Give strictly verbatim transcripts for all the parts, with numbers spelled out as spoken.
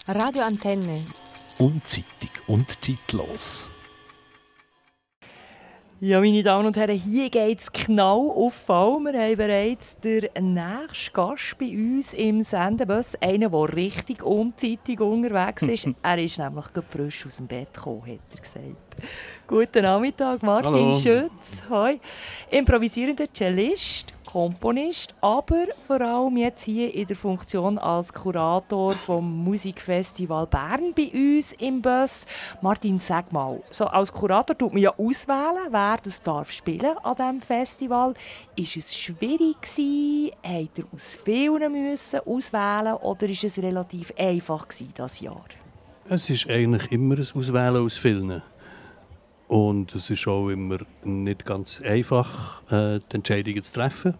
Radio Antenne. Unzeitig und zeitlos. Ja, meine Damen und Herren, hier geht es genau auf Fall. Wir haben bereits den nächsten Gast bei uns im Sendebus. Einer, der richtig unzeitig unterwegs ist. Er ist nämlich gerade frisch aus dem Bett gekommen, hat er gesagt. Guten Nachmittag, Martin Hallo. Schütz. Hoi. Improvisierender Cellist, Komponist, aber vor allem jetzt hier in der Funktion als Kurator vom Musikfestival Bern bei uns im Bus. Martin, sag mal, so als Kurator tut man ja auswählen, wer das darf spielen an diesem Festival. Ist es schwierig gewesen? Habt ihr aus vielen müssen auswählen oder ist es relativ einfach gewesen, das Jahr? Es ist eigentlich immer ein Auswählen aus vielen. Und es ist auch immer nicht ganz einfach, äh, die Entscheidungen zu treffen.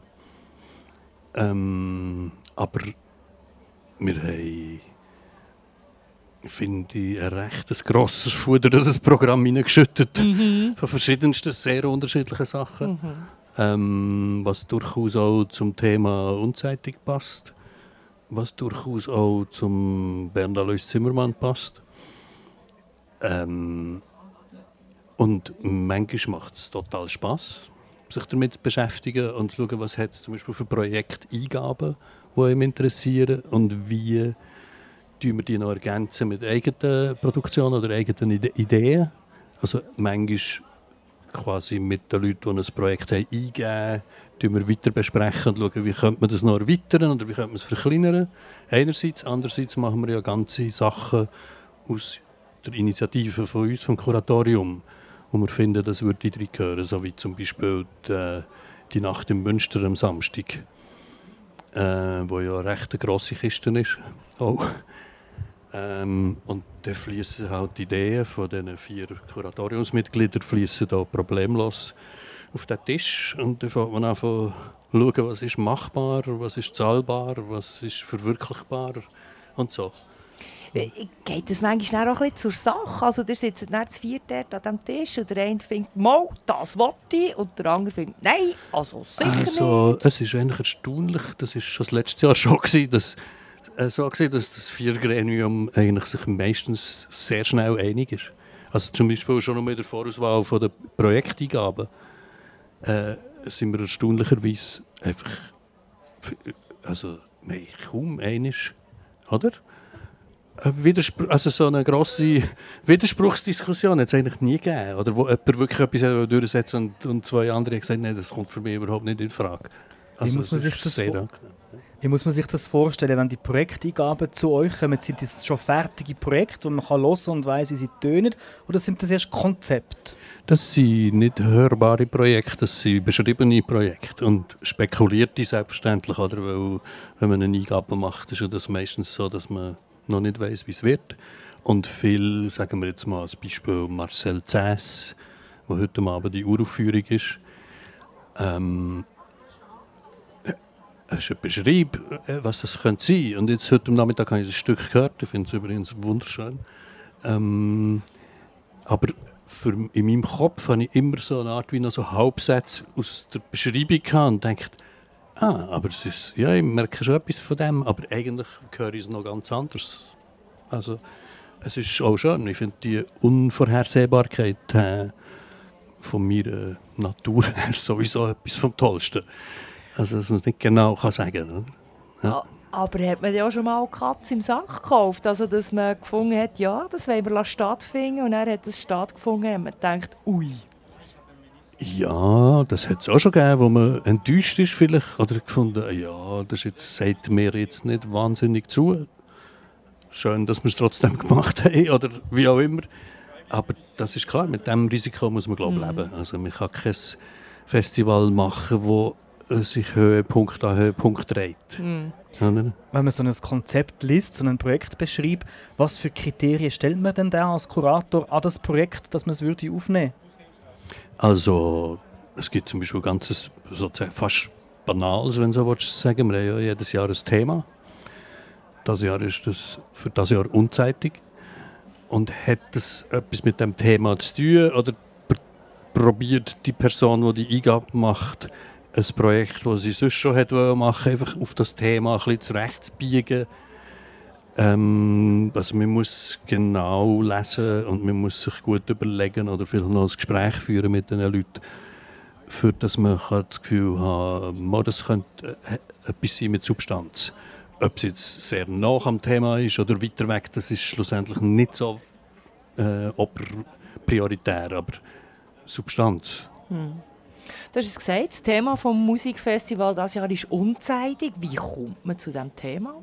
Ähm, aber wir haben, finde ich, ein recht grosses Futter in das Programm hineingeschüttet. Mhm. Von verschiedensten, sehr unterschiedlichen Sachen. Mhm. Ähm, was durchaus auch zum Thema Unzeitig passt. Was durchaus auch zum Bernd Alois Zimmermann passt. Ähm, und manchmal macht es total Spass, sich damit zu beschäftigen und zu schauen, was hat es zum Beispiel für Projekteingaben, die einem interessieren und wie tun wir die noch ergänzen mit eigenen Produktionen oder eigenen Ide- Ideen. Also manchmal quasi mit den Leuten, die ein Projekt haben, eingeben, tun wir weiter besprechen und schauen, wie könnte man das noch erweitern oder wie könnte man es verkleinern. Einerseits, andererseits machen wir ja ganze Sachen aus der Initiative von uns, vom Kuratorium, wo wir finden, das würde reingehören, so wie zum Beispiel die, die Nacht im Münster am Samstag, äh, wo ja eine recht grosse Kiste ist. Oh. Ähm, und da fließen halt die Ideen von diesen vier Kuratoriumsmitgliedern fließen da problemlos auf den Tisch und dann fängt man an zu schauen, was ist machbar, was ist zahlbar, was ist verwirklichbar und so. Geht das manchmal auch ein bisschen zur Sache? Also, ihr sitzt dann zu viert dort an diesem Tisch und der eine findet, «Mal, das will ich», und der andere findet, «Nein, also sicher Also, nicht». es ist eigentlich erstaunlich, das war schon das letzte Jahr schon, gewesen, dass, äh, so gewesen, dass das Vier-Gremium eigentlich sich meistens sehr schnell einig ist. Also zum Beispiel schon nur in der Vorauswahl von der Projekteingaben äh, sind wir erstaunlicherweise einfach, also nein, kaum einig, oder? Widerspr- also so eine grosse Widerspruchsdiskussion hat es eigentlich nie gegeben. Oder wo jemand wirklich etwas durchsetzt und, und zwei andere haben gesagt, nein, das kommt für mich überhaupt nicht in Frage. Also, wie, muss man sich das sehr vor- wie muss man sich das vorstellen, wenn die Projekteingaben zu euch kommen? Sind das schon fertige Projekte, die man kann hören und weiss, wie sie tönen? Oder sind das erst Konzepte? Das sind nicht hörbare Projekte, das sind beschriebene Projekte und spekulierte selbstverständlich. Oder? Weil, wenn man eine Eingabe macht, ist das meistens so, dass man noch nicht weiss, wie es wird. Und viel, sagen wir jetzt mal als Beispiel Marcel Zäss, wo heute Abend die Uraufführung ist. Ähm, es ist ein Beschreib, was das könnte sein. Und jetzt heute Nachmittag habe ich das Stück gehört, ich finde es übrigens wunderschön. Ähm, aber für, in meinem Kopf habe ich immer so eine Art wie noch so Halbsätze aus der Beschreibung gehabt und denke, ah, aber es ist, ja, ich merke schon etwas von dem, aber eigentlich höre ich es noch ganz anders. Also, es ist auch schön. Ich finde die Unvorhersehbarkeit äh, von meiner Natur her sowieso etwas vom Tollsten. Also, dass man es nicht genau kann sagen kann. Ja. Aber hat man ja auch schon mal Katze im Sack gekauft? Also, dass man gefunden hat, ja, das wollen wir stattfinden, und dann hat es stattgefunden und man denkt, ui. Ja, das hat es auch schon gegeben, wo man enttäuscht ist vielleicht oder gefunden, ja, das jetzt, sagt mir jetzt nicht wahnsinnig zu. Schön, dass wir es trotzdem gemacht haben oder wie auch immer. Aber das ist klar, mit diesem Risiko muss man, glaube ich, leben. Also man kann kein Festival machen, das sich Höhepunkt an Höhepunkt dreht. Mhm. Oder? Wenn man so ein Konzept liest, so einen Projektbeschrieb, was für Kriterien stellt man denn da als Kurator an das Projekt, dass man es würde aufnehmen würde? Also, es gibt zum Beispiel ganzes, sozusagen fast Banales, wenn du so willst, sagen. Wir haben ja jedes Jahr ein Thema. Das Jahr ist das für das Jahr unzeitig. Und hat das etwas mit dem Thema zu tun? Oder pr- probiert die Person, die die Eingabe macht, ein Projekt, das sie sonst schon hat machen, einfach auf das Thema ein bisschen zurechtzubiegen? Ähm, also man muss genau lesen und man muss sich gut überlegen oder vielleicht noch ein Gespräch führen mit den Leuten, für das man das Gefühl hat, das könnte etwas sein mit Substanz. Ob es jetzt sehr nah am Thema ist oder weiter weg, das ist schlussendlich nicht so äh, prioritär, aber Substanz. Hm. Du hast es gesagt, das Thema des Musikfestivals dieses Jahr ist unzeitig. Wie kommt man zu diesem Thema?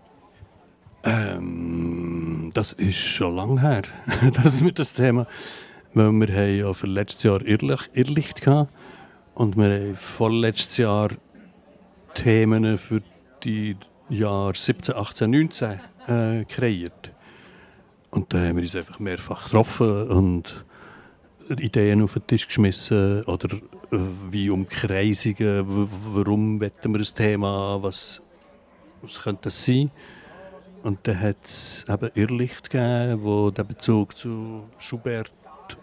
Ähm, das ist schon lange her, dass wir das Thema, weil wir haben ja für letztes Jahr Irrlicht, Irrlicht gehabt und wir haben vorletztes Jahr Themen für die Jahre siebzehn, achtzehn, neunzehn äh, kreiert. Und da haben wir uns einfach mehrfach getroffen und Ideen auf den Tisch geschmissen oder äh, wie Umkreisungen, w- warum wollen wir ein Thema, was, was könnte das sein? Und dann hat es eben Irrlicht gegeben, wo der Bezug zu Schubert,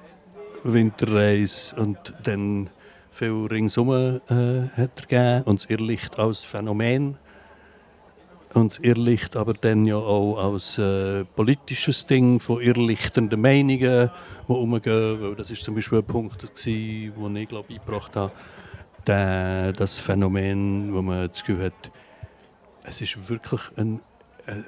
Winterreise und dann viel ringsum äh, hat er gegeben. Und das Irrlicht als Phänomen. Und das Irrlicht aber dann ja auch als äh, politisches Ding von irrlichternden Meinungen, die umgehen. Weil das war zum Beispiel ein Punkt, den ich glaube eingebracht habe. Der, das Phänomen, wo man das Gefühl hat, es ist wirklich ein ein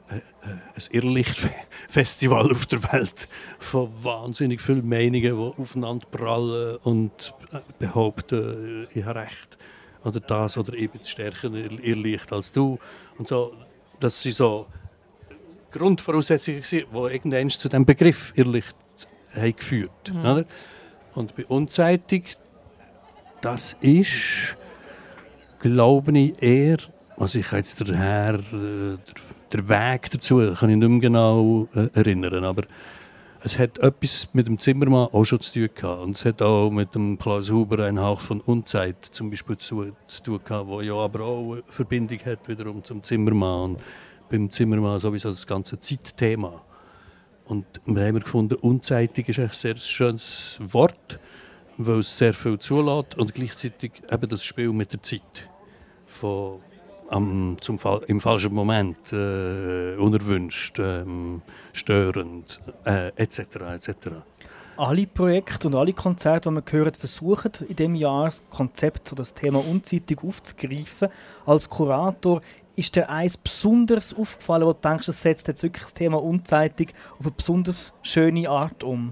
Irrlichtfestival auf der Welt von wahnsinnig vielen Meinungen, die aufeinander prallen und behaupten, ich habe recht oder das oder ich bin stärker Irrlicht als du. Und so, das waren so Grundvoraussetzungen, die irgendwann zu diesem Begriff Irrlicht haben geführt haben. Mhm. Und bei Unzeitig, das ist, glaube ich, eher, also ich kann jetzt der Herr, der Weg dazu kann ich nicht mehr genau äh, erinnern, aber es hat etwas mit dem Zimmermann auch schon zu tun gehabt. Und es hat auch mit dem Klaus Huber einen Hauch von Unzeit zum Beispiel zu, zu tun gehabt, der ja aber auch eine Verbindung hat wiederum zum Zimmermann. Und beim Zimmermann sowieso das ganze Zeitthema. Und wir haben gefunden, unzeitig ist ein sehr schönes Wort, weil es sehr viel zulässt und gleichzeitig eben das Spiel mit der Zeit. Von Am, zum Fall, im falschen Moment, äh, unerwünscht, ähm, störend, äh, et cetera et cetera. Alle Projekte und alle Konzerte, die wir hören, versuchen in diesem Jahr das Konzept oder das Thema unzeitig aufzugreifen. Als Kurator ist dir eins besonders aufgefallen, wo du denkst, das setzt jetzt wirklich das Thema unzeitig auf eine besonders schöne Art um?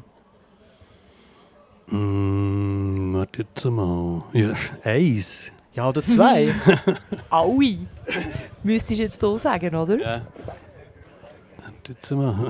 Mm, warte jetzt mal. Ja, eins. Ja, oder zwei? Alle. Müsstest du jetzt hier sagen, oder? Ja. Jetzt mal.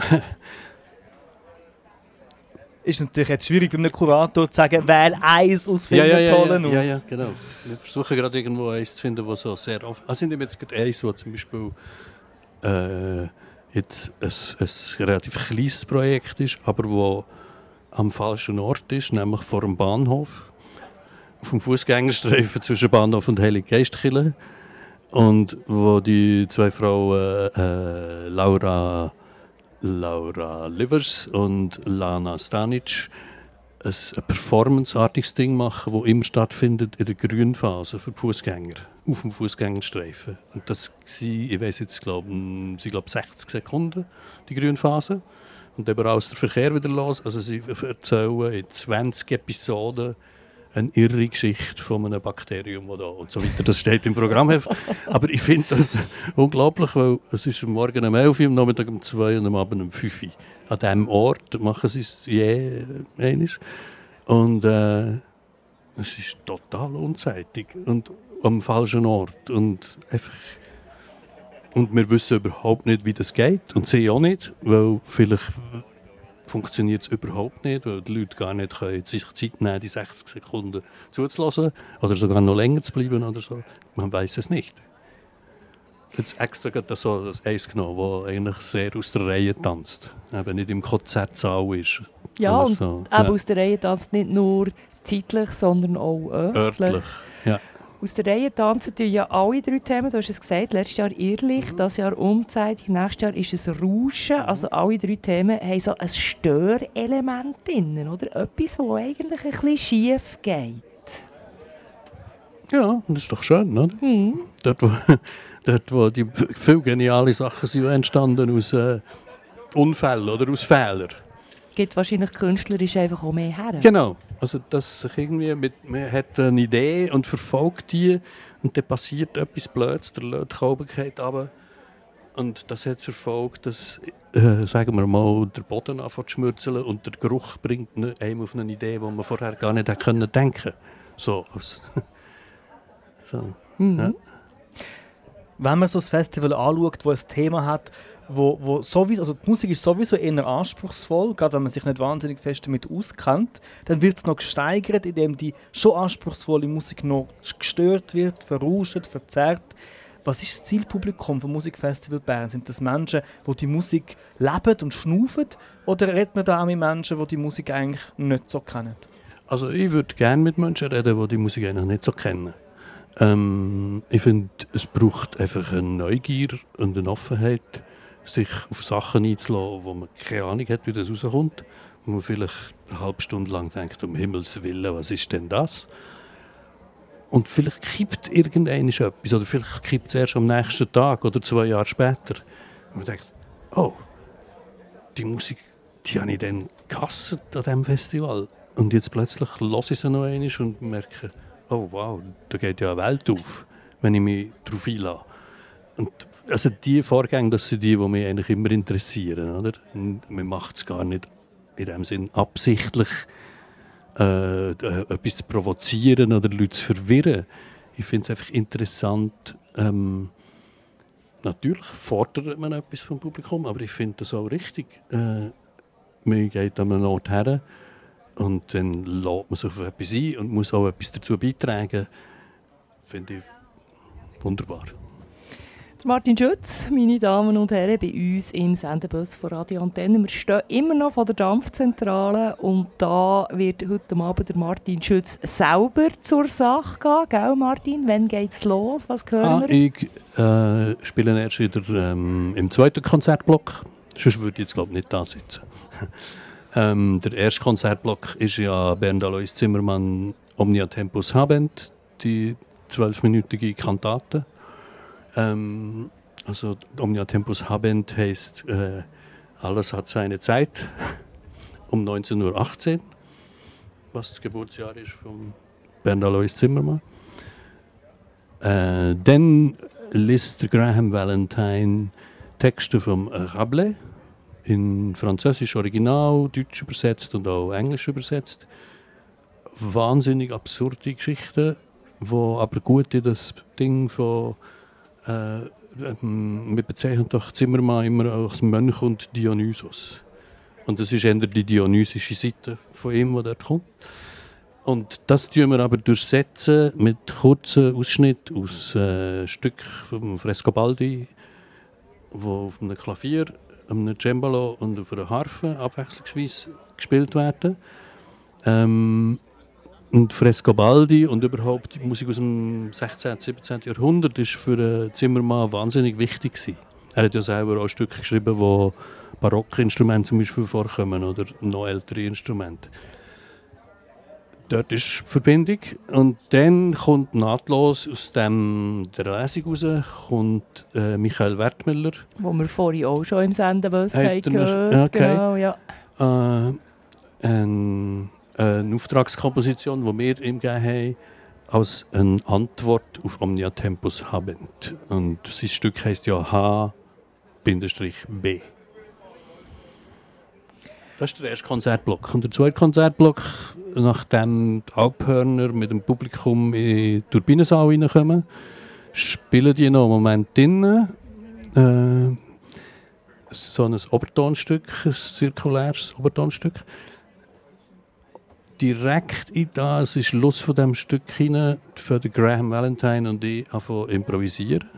Ist natürlich jetzt schwierig bei einem Kurator zu sagen, wähl eins aus vielen ja, ja, tollen ja, aus. Ja, ja, genau. Wir versuchen gerade irgendwo eins zu finden, das so sehr oft... Also sind jetzt gerade eins, wo zum Beispiel äh, jetzt ein, ein relativ kleines Projekt ist, aber wo am falschen Ort ist, nämlich vor dem Bahnhof. Auf dem Fußgängerstreifen zwischen Bahnhof und Heiliggeistkirche. Und wo die zwei Frauen äh, Laura, Laura Livers und Lana Stanic ein, ein performanceartiges Ding machen, das immer stattfindet in der Grünphase für die Fußgänger, auf dem Fußgängerstreifen. Und das war, ich weiss jetzt, glaube ich, glaub sechzig Sekunden, die Grünphase. Und überall ist der Verkehr wieder los. Also sie erzählen in zwanzig Episoden eine irre Geschichte von einem Bakterium oder und so weiter. Das steht im Programmheft. Aber ich finde das unglaublich, weil es ist am Morgen um elf Uhr, am Nachmittag um zwei Uhr und am Abend um fünf Uhr. An diesem Ort machen sie es je einmal. Und äh, es ist total unzeitig und am falschen Ort. Und, einfach und wir wissen überhaupt nicht, wie das geht. Und sie auch nicht, weil vielleicht funktioniert es überhaupt nicht, weil die Leute gar nicht können sich Zeit nehmen, die sechzig Sekunden zuzulassen oder sogar noch länger zu bleiben oder so. Man weiß es nicht. Jetzt extra das so das Eis genommen, das eigentlich sehr aus der Reihe tanzt, eben nicht im Konzertsaal ist. Ja, und so. eben Ja. aus der Reihe tanzt nicht nur zeitlich, sondern auch örtlich. Örtlich, ja. Aus der Reihe tanzen tun ja alle drei Themen. Du hast es gesagt, letztes Jahr Irrlicht, mhm. dieses Jahr Unzeitig, nächstes Jahr ist es Rauschen. Also alle drei Themen haben so ein Störelement drin, oder? Etwas, das eigentlich ein bisschen schief geht. Ja, das ist doch schön, oder? Mhm. Dort, wo, dort wo die viele geniale Sachen sind entstanden aus äh, Unfällen oder aus Fehlern. Gibt wahrscheinlich künstlerisch einfach auch mehr her. Genau, also dass sich irgendwie mit, man hat eine Idee und verfolgt die und dann passiert etwas Blödes, der lädt die Kaubigkeit runter und das hat zur Folge, dass äh, sagen wir mal, der Boden anfängt zu schmürzeln und der Geruch bringt einem auf eine Idee, die man vorher gar nicht hätte können denken. So, also, so Mhm. ja. Wenn man so ein Festival anschaut, das ein Thema hat, wo, wo sowieso, also die Musik ist sowieso eher anspruchsvoll, gerade wenn man sich nicht wahnsinnig fest damit auskennt, dann wird es noch gesteigert, indem die schon anspruchsvolle Musik noch gestört wird, verrauscht, verzerrt. Was ist das Zielpublikum vom Musikfestival Bern? Sind das Menschen, die die Musik leben und schnaufen? Oder redet man da auch mit Menschen, die die Musik eigentlich nicht so kennen? Also ich würde gerne mit Menschen reden, die die Musik eigentlich nicht so kennen. Ähm, ich finde, es braucht einfach eine Neugier und eine Offenheit, sich auf Sachen einzulassen, wo man keine Ahnung hat, wie das rauskommt. Wo man vielleicht eine halbe Stunde lang denkt, um Himmels Willen, was ist denn das? Und vielleicht kippt irgendeines etwas, oder vielleicht kippt es erst am nächsten Tag oder zwei Jahre später. Und man denkt, oh, die Musik, die habe ich dann gehasst an diesem Festival. Und jetzt plötzlich höre ich sie noch einmal und merke, oh wow, da geht ja eine Welt auf, wenn ich mich darauf einlasse. Und also diese Vorgänge, das sind die, die mich eigentlich immer interessieren. Oder? Und man macht es gar nicht in dem Sinn absichtlich, äh, etwas zu provozieren oder Leute zu verwirren. Ich finde es einfach interessant. Ähm, natürlich fordert man etwas vom Publikum, aber ich finde das auch richtig. Äh, man geht an einen Ort her und dann lädt man sich auf etwas ein und muss auch etwas dazu beitragen. Finde ich wunderbar. Martin Schütz, meine Damen und Herren, bei uns im Sendebus von Radio Antenne. Wir stehen immer noch vor der Dampfzentrale und da wird heute Abend der Martin Schütz selber zur Sache gehen. Gell, Martin? Wann geht's los? Was hören ah, wir? Ich äh, spiele erst wieder ähm, im zweiten Konzertblock. Sonst würde ich jetzt glaube ich nicht da sitzen. ähm, der erste Konzertblock ist ja Bernd Alois Zimmermann Omnia Tempus Habent, die zwölfminütige Kantate. Ähm, also Omnia Tempus Habent heisst, äh, alles hat seine Zeit, um neunzehn Uhr achtzehn, was das Geburtsjahr ist von Bernd Alois Zimmermann. Äh, dann liest der Graham Valentine Texte von Rabelais in Französisch Original, Deutsch übersetzt und auch Englisch übersetzt. Wahnsinnig absurde Geschichten, die aber gut in das Ding von Äh, wir bezeichnen doch Zimmermann immer als Mönch und Dionysos. Und das ist eher die dionysische Seite von ihm, die dort kommt. Und das tun wir aber durchsetzen mit kurzen Ausschnitten aus äh, Stücken vom Frescobaldi, die auf einem Klavier, einem Cembalo und auf einer Harfe abwechslungsweise gespielt werden. Ähm, Und Frescobaldi und überhaupt die Musik aus dem sechzehnten, siebzehnten Jahrhundert war für Zimmermann wahnsinnig wichtig gewesen. Er hat ja selber auch Stücke geschrieben, wo Barockinstrumente zum Beispiel vorkommen oder noch ältere Instrumente. Dort ist die Verbindung. Und dann kommt nahtlos aus dem, der Lesung raus kommt, äh, Michael Wertmüller. Wo wir vorhin auch schon im Sendebus haben gehört. Okay. Genau, ja. Äh, ein eine Auftragskomposition, die wir ihm gegeben haben, als eine Antwort auf Omnia Tempus Habent. Und sein Stück heisst ja H B. Das ist der erste Konzertblock. Und der zweite Konzertblock, nachdem die Alphörner mit dem Publikum in den Turbinensaal reinkommen, spielen die noch einen Moment drinnen. Äh, so ein Obertonstück, ein zirkuläres Obertonstück. Direkt in das Schluss von dem Stück hinein für den Graham Valentine und ich anfangen improvisieren.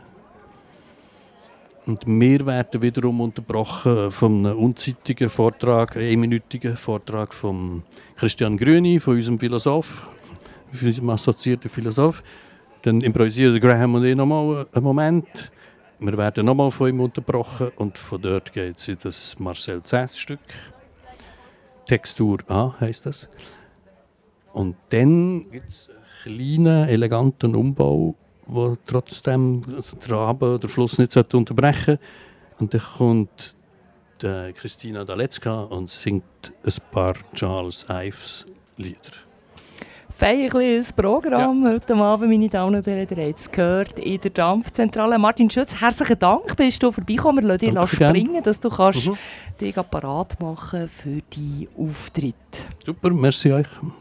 Und wir werden wiederum unterbrochen von einem unzeitigen Vortrag, einem einminütigen Vortrag von Christian Grüni, von unserem Philosoph, von unserem assoziierten Philosoph. Dann improvisieren Graham und ich nochmal einen Moment. Wir werden nochmal von ihm unterbrochen und von dort geht es in das Marcel Zäs-Stück. Textur A heisst das. Und dann gibt es einen kleinen, eleganten Umbau, wo trotzdem also der Rabe den Fluss nicht unterbrechen sollte. Und dann kommt die Christina Daletzka und singt ein paar Charles Ives Lieder. Feierliches Programm Ja. heute Abend, meine Damen und Herren. Ihr habt es gehört in der Dampfzentrale. Martin Schütz, herzlichen Dank, bist du vorbeigekommen. Wir lassen dich springen, dass du kannst mhm. dich parat machen für deinen Auftritt. Super, merci euch.